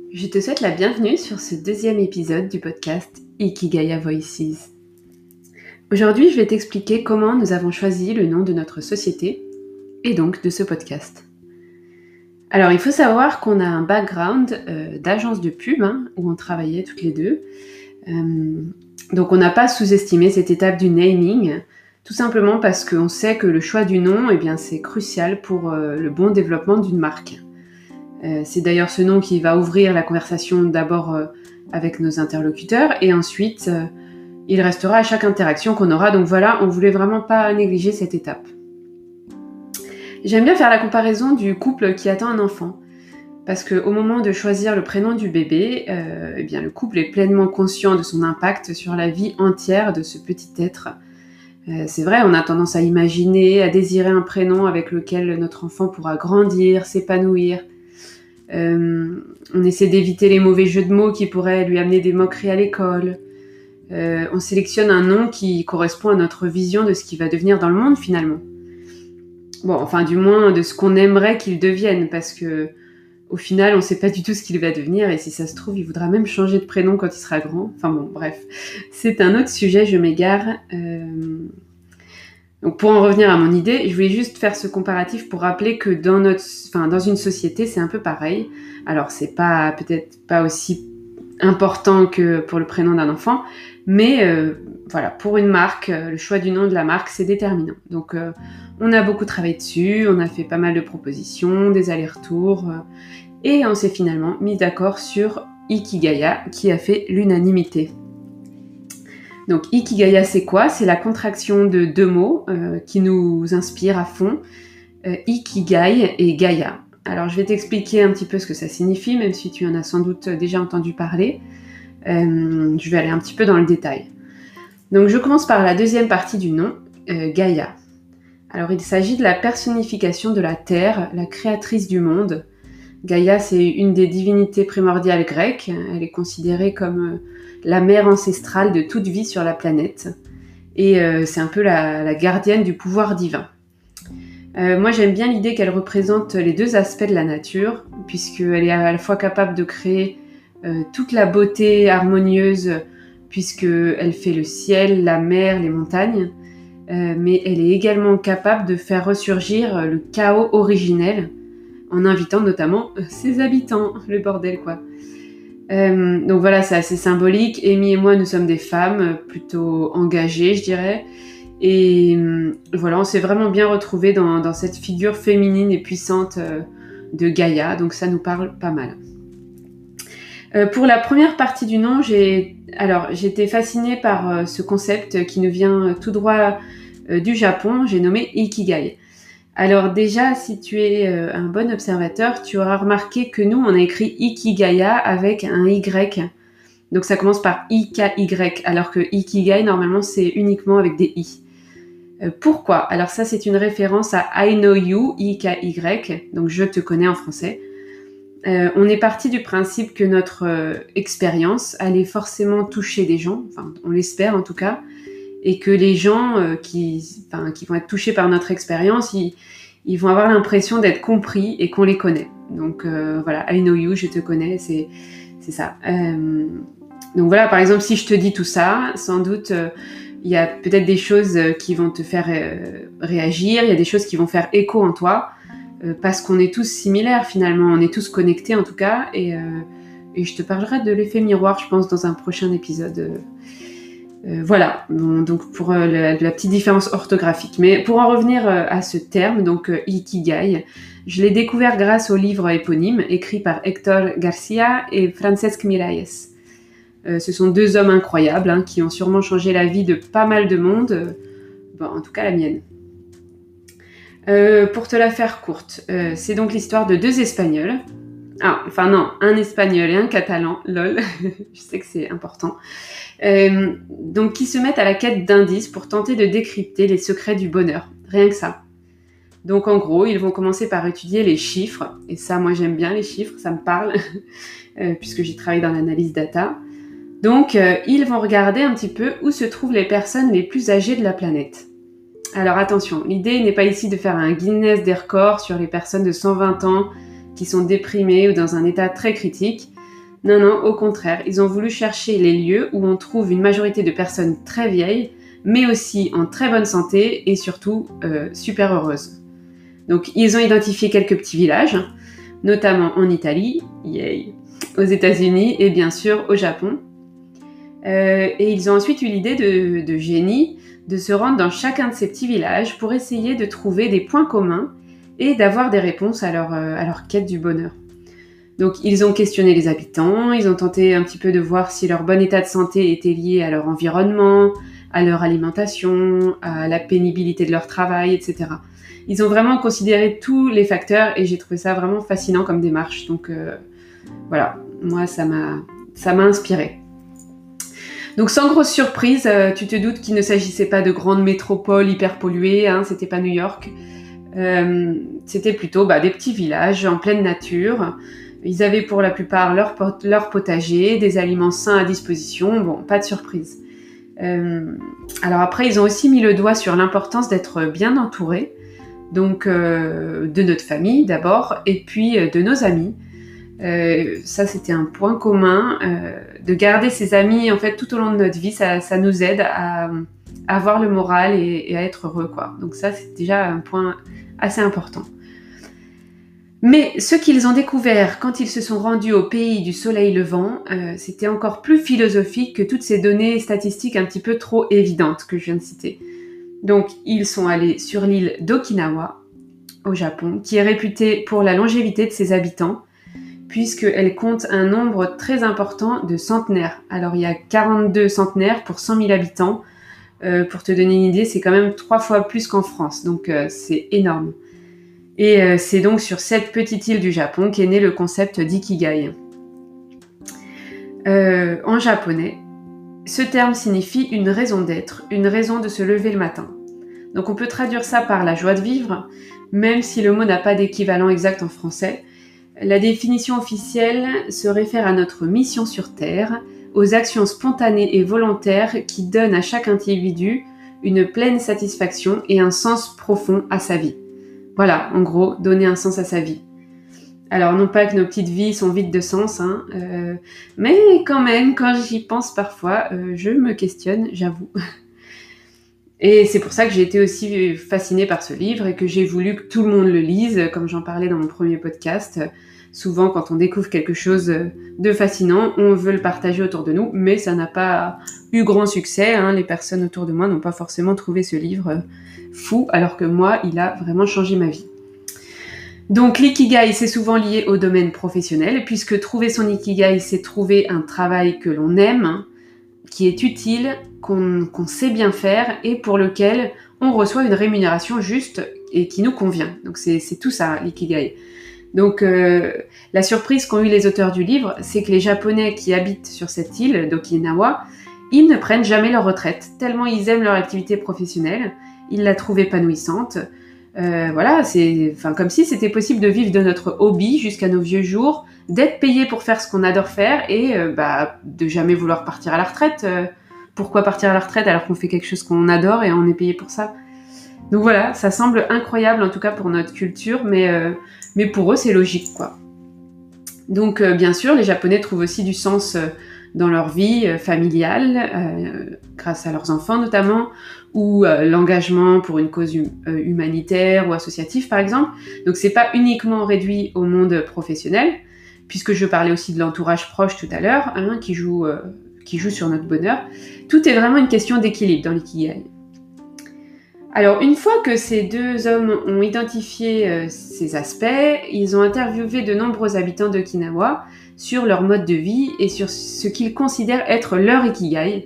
Je te souhaite la bienvenue sur ce deuxième épisode du podcast Ikigaya Voices. Aujourd'hui, je vais t'expliquer comment nous avons choisi le nom de notre société et donc de ce podcast. Alors, il faut savoir qu'on a un background d'agence de pub où on travaillait toutes les deux. Donc, on n'a pas sous-estimé cette étape du naming, tout simplement parce qu'on sait que le choix du nom, c'est crucial pour le bon développement d'une marque. C'est d'ailleurs ce nom qui va ouvrir la conversation d'abord avec nos interlocuteurs et ensuite il restera à chaque interaction qu'on aura. Donc voilà, on voulait vraiment pas négliger cette étape. J'aime bien faire la comparaison du couple qui attend un enfant parce qu'au moment de choisir le prénom du bébé, le couple est pleinement conscient de son impact sur la vie entière de ce petit être. C'est vrai, on a tendance à imaginer, à désirer un prénom avec lequel notre enfant pourra grandir, s'épanouir. On essaie d'éviter les mauvais jeux de mots qui pourraient lui amener des moqueries à l'école. On sélectionne un nom qui correspond à notre vision de ce qu'il va devenir dans le monde finalement. Bon, enfin du moins de ce qu'on aimerait qu'il devienne, parce que au final on ne sait pas du tout ce qu'il va devenir et si ça se trouve il voudra même changer de prénom quand il sera grand. Enfin bon, bref, c'est un autre sujet, je m'égare. Donc pour en revenir à mon idée, je voulais juste faire ce comparatif pour rappeler que dans une société, c'est un peu pareil. Alors c'est peut-être pas aussi important que pour le prénom d'un enfant, mais pour une marque, le choix du nom de la marque, c'est déterminant. Donc on a beaucoup travaillé dessus, on a fait pas mal de propositions, des allers-retours, et on s'est finalement mis d'accord sur Ikigaya, qui a fait l'unanimité. Donc Ikigaya, c'est quoi ? C'est la contraction de deux mots qui nous inspirent à fond, Ikigai et Gaia. Alors je vais t'expliquer un petit peu ce que ça signifie, même si tu en as sans doute déjà entendu parler. Je vais aller un petit peu dans le détail. Donc je commence par la deuxième partie du nom, Gaia. Alors il s'agit de la personnification de la Terre, la créatrice du monde. Gaïa, c'est une des divinités primordiales grecques. Elle est considérée comme la mère ancestrale de toute vie sur la planète. Et c'est un peu la gardienne du pouvoir divin. Moi, j'aime bien l'idée qu'elle représente les deux aspects de la nature, puisqu'elle est à la fois capable de créer toute la beauté harmonieuse, puisqu'elle fait le ciel, la mer, les montagnes, mais elle est également capable de faire ressurgir le chaos originel, en invitant notamment ses habitants, le bordel quoi. Donc voilà, c'est assez symbolique. Amy et moi, nous sommes des femmes plutôt engagées, je dirais. Et voilà, on s'est vraiment bien retrouvés dans cette figure féminine et puissante de Gaïa, donc ça nous parle pas mal. Pour la première partie du nom, j'ai été fascinée par ce concept qui nous vient tout droit du Japon, j'ai nommé Ikigai. Alors déjà, si tu es un bon observateur, tu auras remarqué que nous, on a écrit Ikigaya avec un Y. Donc ça commence par I-K-Y, alors que Ikigai, normalement, c'est uniquement avec des I. Pourquoi ? Alors ça, c'est une référence à I know you, I-K-Y, donc je te connais en français. On est parti du principe que notre expérience allait forcément toucher des gens, enfin on l'espère en tout cas, et que les gens qui vont être touchés par notre expérience, ils vont avoir l'impression d'être compris et qu'on les connaît. Donc voilà, I know you, je te connais, c'est ça. Donc voilà, par exemple, si je te dis tout ça, sans doute il y a peut-être des choses qui vont te faire réagir, il y a des choses qui vont faire écho en toi, parce qu'on est tous similaires finalement, on est tous connectés en tout cas, et je te parlerai de l'effet miroir, je pense, dans un prochain épisode. Voilà, donc pour la petite différence orthographique. Mais pour en revenir à ce terme, donc Ikigai, je l'ai découvert grâce au livre éponyme écrit par Héctor Garcia et Francesc Miralles. Ce sont deux hommes incroyables qui ont sûrement changé la vie de pas mal de monde, en tout cas la mienne. Pour te la faire courte, c'est donc l'histoire de deux Espagnols. Un Espagnol et un Catalan, lol, je sais que c'est important. Donc qui se mettent à la quête d'indices pour tenter de décrypter les secrets du bonheur, rien que ça. Donc en gros, ils vont commencer par étudier les chiffres, et ça moi j'aime bien les chiffres, ça me parle, puisque j'ai travaillé dans l'analyse data. Donc ils vont regarder un petit peu où se trouvent les personnes les plus âgées de la planète. Alors attention, l'idée n'est pas ici de faire un Guinness des records sur les personnes de 120 ans qui sont déprimées ou dans un état très critique. Non, non, au contraire, ils ont voulu chercher les lieux où on trouve une majorité de personnes très vieilles, mais aussi en très bonne santé et surtout super heureuses. Donc ils ont identifié quelques petits villages, notamment en Italie, yay, aux États-Unis et bien sûr au Japon. Et ils ont ensuite eu l'idée de génie de se rendre dans chacun de ces petits villages pour essayer de trouver des points communs et d'avoir des réponses à leur quête du bonheur. Donc ils ont questionné les habitants, ils ont tenté un petit peu de voir si leur bon état de santé était lié à leur environnement, à leur alimentation, à la pénibilité de leur travail, etc. Ils ont vraiment considéré tous les facteurs et j'ai trouvé ça vraiment fascinant comme démarche. Donc voilà, moi ça m'a inspirée. Donc sans grosse surprise, tu te doutes qu'il ne s'agissait pas de grandes métropoles hyper polluées, hein, c'était pas New York. C'était plutôt des petits villages en pleine nature. Ils avaient pour la plupart leur potager, des aliments sains à disposition, bon, pas de surprise. Alors après, ils ont aussi mis le doigt sur l'importance d'être bien entouré, donc de notre famille d'abord, et puis de nos amis. Ça, c'était un point commun. De garder ses amis en fait tout au long de notre vie, ça nous aide à avoir le moral et à être heureux, quoi. Donc ça, c'est déjà un point assez important. Mais ce qu'ils ont découvert quand ils se sont rendus au pays du soleil levant, c'était encore plus philosophique que toutes ces données statistiques un petit peu trop évidentes que je viens de citer. Donc, ils sont allés sur l'île d'Okinawa, au Japon, qui est réputée pour la longévité de ses habitants, puisqu'elle compte un nombre très important de centenaires. Alors, il y a 42 centenaires pour 100 000 habitants. Pour te donner une idée, c'est quand même 3 fois plus qu'en France, donc c'est énorme. Et c'est donc sur cette petite île du Japon qu'est né le concept d'ikigai. En japonais, ce terme signifie une raison d'être, une raison de se lever le matin. Donc on peut traduire ça par la joie de vivre, même si le mot n'a pas d'équivalent exact en français. La définition officielle se réfère à notre mission sur Terre, aux actions spontanées et volontaires qui donnent à chaque individu une pleine satisfaction et un sens profond à sa vie. Voilà, en gros, donner un sens à sa vie. Alors, non pas que nos petites vies sont vides de sens, hein, mais quand même, quand j'y pense parfois, je me questionne, j'avoue. Et c'est pour ça que j'ai été aussi fascinée par ce livre et que j'ai voulu que tout le monde le lise, comme j'en parlais dans mon premier podcast. Souvent, quand on découvre quelque chose de fascinant, on veut le partager autour de nous, mais ça n'a pas eu grand succès, hein. Les personnes autour de moi n'ont pas forcément trouvé ce livre fou, alors que moi, il a vraiment changé ma vie. Donc l'ikigai, c'est souvent lié au domaine professionnel, puisque trouver son ikigai, c'est trouver un travail que l'on aime, qui est utile, qu'on sait bien faire, et pour lequel on reçoit une rémunération juste et qui nous convient. Donc c'est tout ça, l'ikigai. Donc la surprise qu'ont eu les auteurs du livre, c'est que les Japonais qui habitent sur cette île d'Okinawa, ils ne prennent jamais leur retraite, tellement ils aiment leur activité professionnelle, ils la trouvent épanouissante. Voilà, c'est comme si c'était possible de vivre de notre hobby jusqu'à nos vieux jours, d'être payé pour faire ce qu'on adore faire et de jamais vouloir partir à la retraite. Pourquoi partir à la retraite alors qu'on fait quelque chose qu'on adore et on est payé pour ça? Donc voilà, ça semble incroyable en tout cas pour notre culture, mais pour eux c'est logique, quoi. Donc bien sûr, les Japonais trouvent aussi du sens dans leur vie familiale, grâce à leurs enfants notamment, ou l'engagement pour une cause humanitaire ou associative par exemple. Donc c'est pas uniquement réduit au monde professionnel, puisque je parlais aussi de l'entourage proche tout à l'heure, hein, qui joue sur notre bonheur. Tout est vraiment une question d'équilibre dans l'ikigai. Alors, une fois que ces deux hommes ont identifié ces aspects, ils ont interviewé de nombreux habitants d'Okinawa sur leur mode de vie et sur ce qu'ils considèrent être leur ikigai.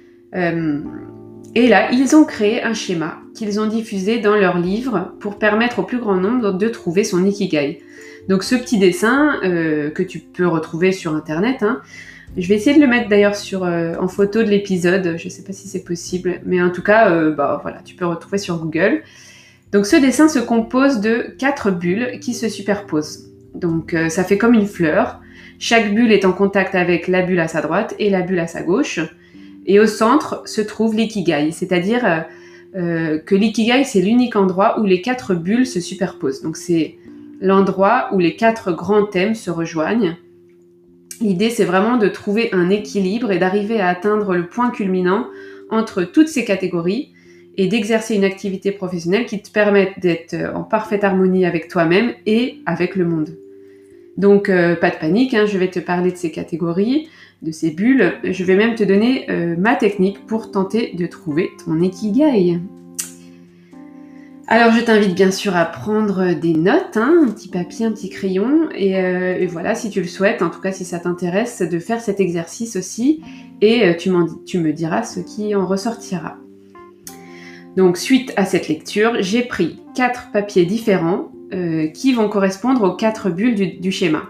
Et là, ils ont créé un schéma qu'ils ont diffusé dans leur livre pour permettre au plus grand nombre de trouver son ikigai. Donc ce petit dessin que tu peux retrouver sur internet, hein, je vais essayer de le mettre d'ailleurs en photo de l'épisode, je ne sais pas si c'est possible, mais en tout cas, voilà, tu peux retrouver sur Google. Donc ce dessin se compose de 4 bulles qui se superposent. Donc ça fait comme une fleur. Chaque bulle est en contact avec la bulle à sa droite et la bulle à sa gauche. Et au centre se trouve l'ikigai, c'est-à-dire que l'ikigai, c'est l'unique endroit où les 4 bulles se superposent. Donc c'est l'endroit où les 4 grands thèmes se rejoignent. L'idée, c'est vraiment de trouver un équilibre et d'arriver à atteindre le point culminant entre toutes ces catégories et d'exercer une activité professionnelle qui te permette d'être en parfaite harmonie avec toi-même et avec le monde. Donc, pas de panique, je vais te parler de ces catégories, de ces bulles. Je vais même te donner ma technique pour tenter de trouver ton ikigai. Alors, je t'invite bien sûr à prendre des notes, un petit papier, un petit crayon, et voilà, si tu le souhaites, en tout cas si ça t'intéresse, de faire cet exercice aussi, et tu me diras ce qui en ressortira. Donc, suite à cette lecture, j'ai pris 4 papiers différents qui vont correspondre aux 4 bulles du schéma.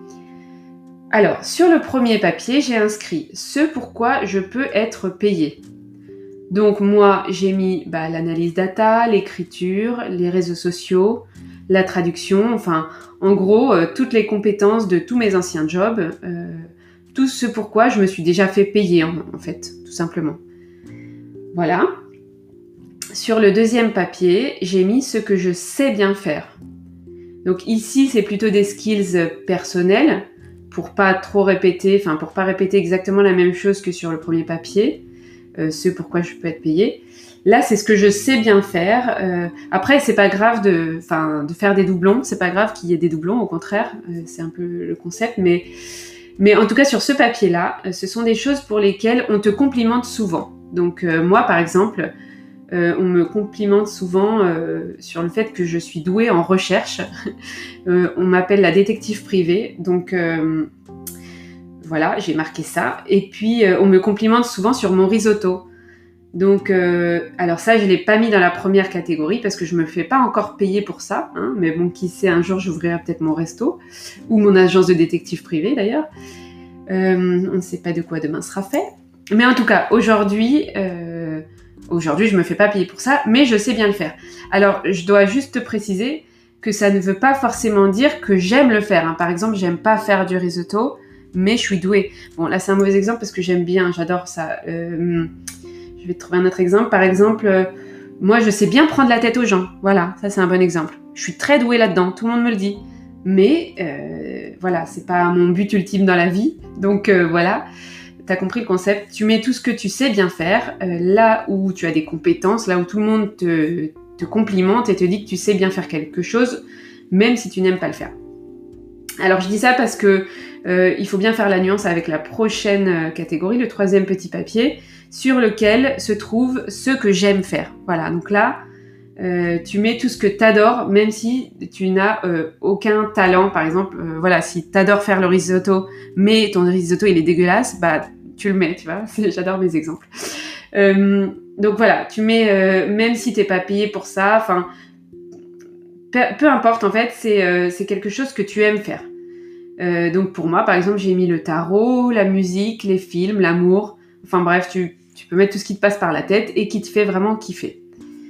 Alors, sur le premier papier, j'ai inscrit ce pourquoi je peux être payé. Donc moi, j'ai mis l'analyse data, l'écriture, les réseaux sociaux, la traduction, enfin, en gros, toutes les compétences de tous mes anciens jobs, tout ce pourquoi je me suis déjà fait payer, en fait, tout simplement. Voilà. Sur le deuxième papier, j'ai mis ce que je sais bien faire. Donc ici, c'est plutôt des skills personnels, pour pas trop répéter, enfin, pour pas répéter exactement la même chose que sur le premier papier. Ce pourquoi je peux être payée. Là, c'est ce que je sais bien faire. Après, c'est pas grave de faire des doublons. C'est pas grave qu'il y ait des doublons, au contraire. C'est un peu le concept. Mais en tout cas, sur ce papier-là, ce sont des choses pour lesquelles on te complimente souvent. Donc, moi, par exemple, on me complimente souvent sur le fait que je suis douée en recherche. On m'appelle la détective privée. Donc, voilà, j'ai marqué ça. Et puis, on me complimente souvent sur mon risotto. Donc, alors ça, je ne l'ai pas mis dans la première catégorie parce que je ne me fais pas encore payer pour ça. Mais bon, qui sait, un jour, j'ouvrirai peut-être mon resto ou mon agence de détective privé, d'ailleurs. On ne sait pas de quoi demain sera fait. Mais en tout cas, aujourd'hui, je ne me fais pas payer pour ça, mais je sais bien le faire. Alors, je dois juste te préciser que ça ne veut pas forcément dire que j'aime le faire. Par exemple, j'aime pas faire du risotto, mais je suis douée. Bon, là, c'est un mauvais exemple parce que j'aime bien, j'adore ça. Je vais te trouver un autre exemple. Par exemple, moi, je sais bien prendre la tête aux gens. Voilà, ça, c'est un bon exemple. Je suis très douée là-dedans, tout le monde me le dit. Mais, voilà, c'est pas mon but ultime dans la vie. Donc, voilà, t'as compris le concept. Tu mets tout ce que tu sais bien faire, là où tu as des compétences, là où tout le monde te complimente et te dit que tu sais bien faire quelque chose, même si tu n'aimes pas le faire. Alors, je dis ça parce que il faut bien faire la nuance avec la prochaine catégorie, le troisième petit papier, sur lequel se trouve ce que j'aime faire. Voilà, donc là, tu mets tout ce que t'adores, même si tu n'as aucun talent. Par exemple, voilà, si t'adores faire le risotto, mais ton risotto il est dégueulasse, tu le mets, tu vois. J'adore mes exemples. Donc voilà, tu mets, même si t'es pas payé pour ça, enfin, peu importe, en fait, c'est quelque chose que tu aimes faire. Donc pour moi, par exemple, j'ai mis le tarot, la musique, les films, l'amour. Enfin bref, tu peux mettre tout ce qui te passe par la tête et qui te fait vraiment kiffer.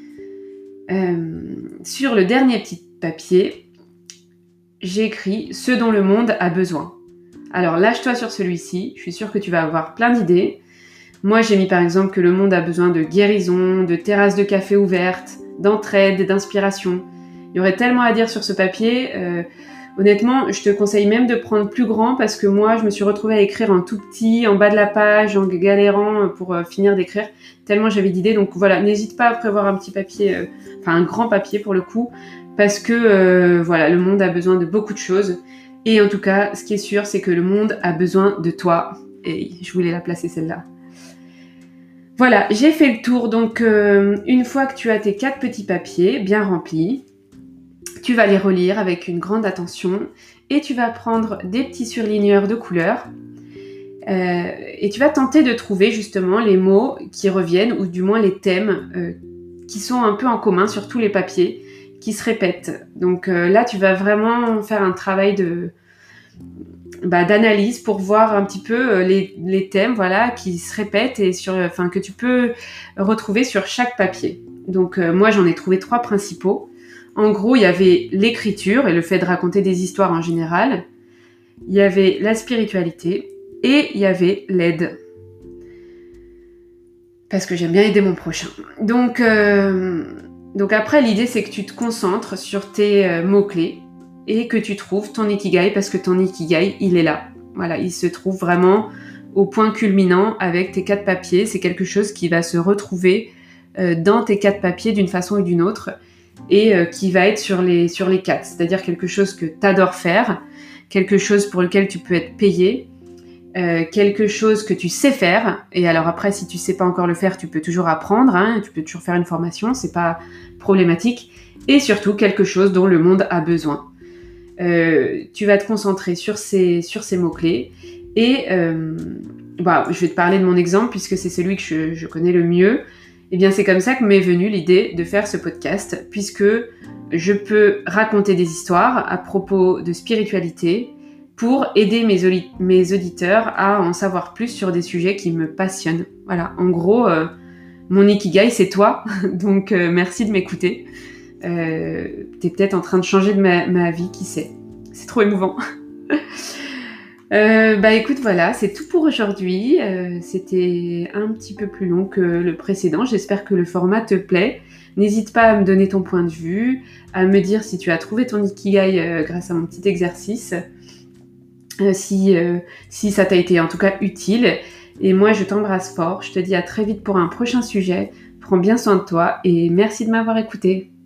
Sur le dernier petit papier, j'ai écrit « Ce dont le monde a besoin ». Alors lâche-toi sur celui-ci, je suis sûre que tu vas avoir plein d'idées. Moi, j'ai mis par exemple que le monde a besoin de guérison, de terrasses de café ouvertes, d'entraide, d'inspiration. Il y aurait tellement à dire sur ce papier. Honnêtement, je te conseille même de prendre plus grand parce que moi, je me suis retrouvée à écrire en tout petit, en bas de la page, en galérant pour finir d'écrire, tellement j'avais d'idées. Donc voilà, n'hésite pas à prévoir un petit papier, un grand papier pour le coup, parce que voilà, le monde a besoin de beaucoup de choses. Et en tout cas, ce qui est sûr, c'est que le monde a besoin de toi. Et je voulais la placer celle-là. Voilà, j'ai fait le tour. Donc, une fois que tu as tes 4 petits papiers bien remplis, tu vas les relire avec une grande attention et tu vas prendre des petits surligneurs de couleurs et tu vas tenter de trouver justement les mots qui reviennent ou du moins les thèmes qui sont un peu en commun sur tous les papiers, qui se répètent. Donc là, tu vas vraiment faire un travail d'analyse pour voir un petit peu les thèmes voilà, qui se répètent et que tu peux retrouver sur chaque papier. Donc moi, j'en ai trouvé 3 principaux. En gros, il y avait l'écriture et le fait de raconter des histoires en général. Il y avait la spiritualité et il y avait l'aide. Parce que j'aime bien aider mon prochain. Donc après, l'idée, c'est que tu te concentres sur tes mots-clés et que tu trouves ton ikigai parce que ton ikigai, il est là. Voilà, il se trouve vraiment au point culminant avec tes 4 papiers. C'est quelque chose qui va se retrouver dans tes 4 papiers d'une façon ou d'une autre et qui va être sur les 4. C'est-à-dire quelque chose que tu adores faire, quelque chose pour lequel tu peux être payé, quelque chose que tu sais faire. Et alors après, si tu sais pas encore le faire, tu peux toujours apprendre, hein, tu peux toujours faire une formation, c'est pas problématique. Et surtout, quelque chose dont le monde a besoin. Tu vas te concentrer sur ces mots-clés. Et je vais te parler de mon exemple, puisque c'est celui que je connais le mieux. Et bien, c'est comme ça que m'est venue l'idée de faire ce podcast, puisque je peux raconter des histoires à propos de spiritualité pour aider mes auditeurs à en savoir plus sur des sujets qui me passionnent. Voilà, en gros, mon ikigai, c'est toi, donc merci de m'écouter. T'es peut-être en train de changer de ma vie, qui sait. C'est trop émouvant. Écoute, voilà, c'est tout pour aujourd'hui. C'était un petit peu plus long que le précédent. J'espère que le format te plaît. N'hésite pas à me donner ton point de vue, à me dire si tu as trouvé ton ikigai grâce à mon petit exercice, si ça t'a été en tout cas utile. Et moi, je t'embrasse fort. Je te dis à très vite pour un prochain sujet. Prends bien soin de toi et merci de m'avoir écouté.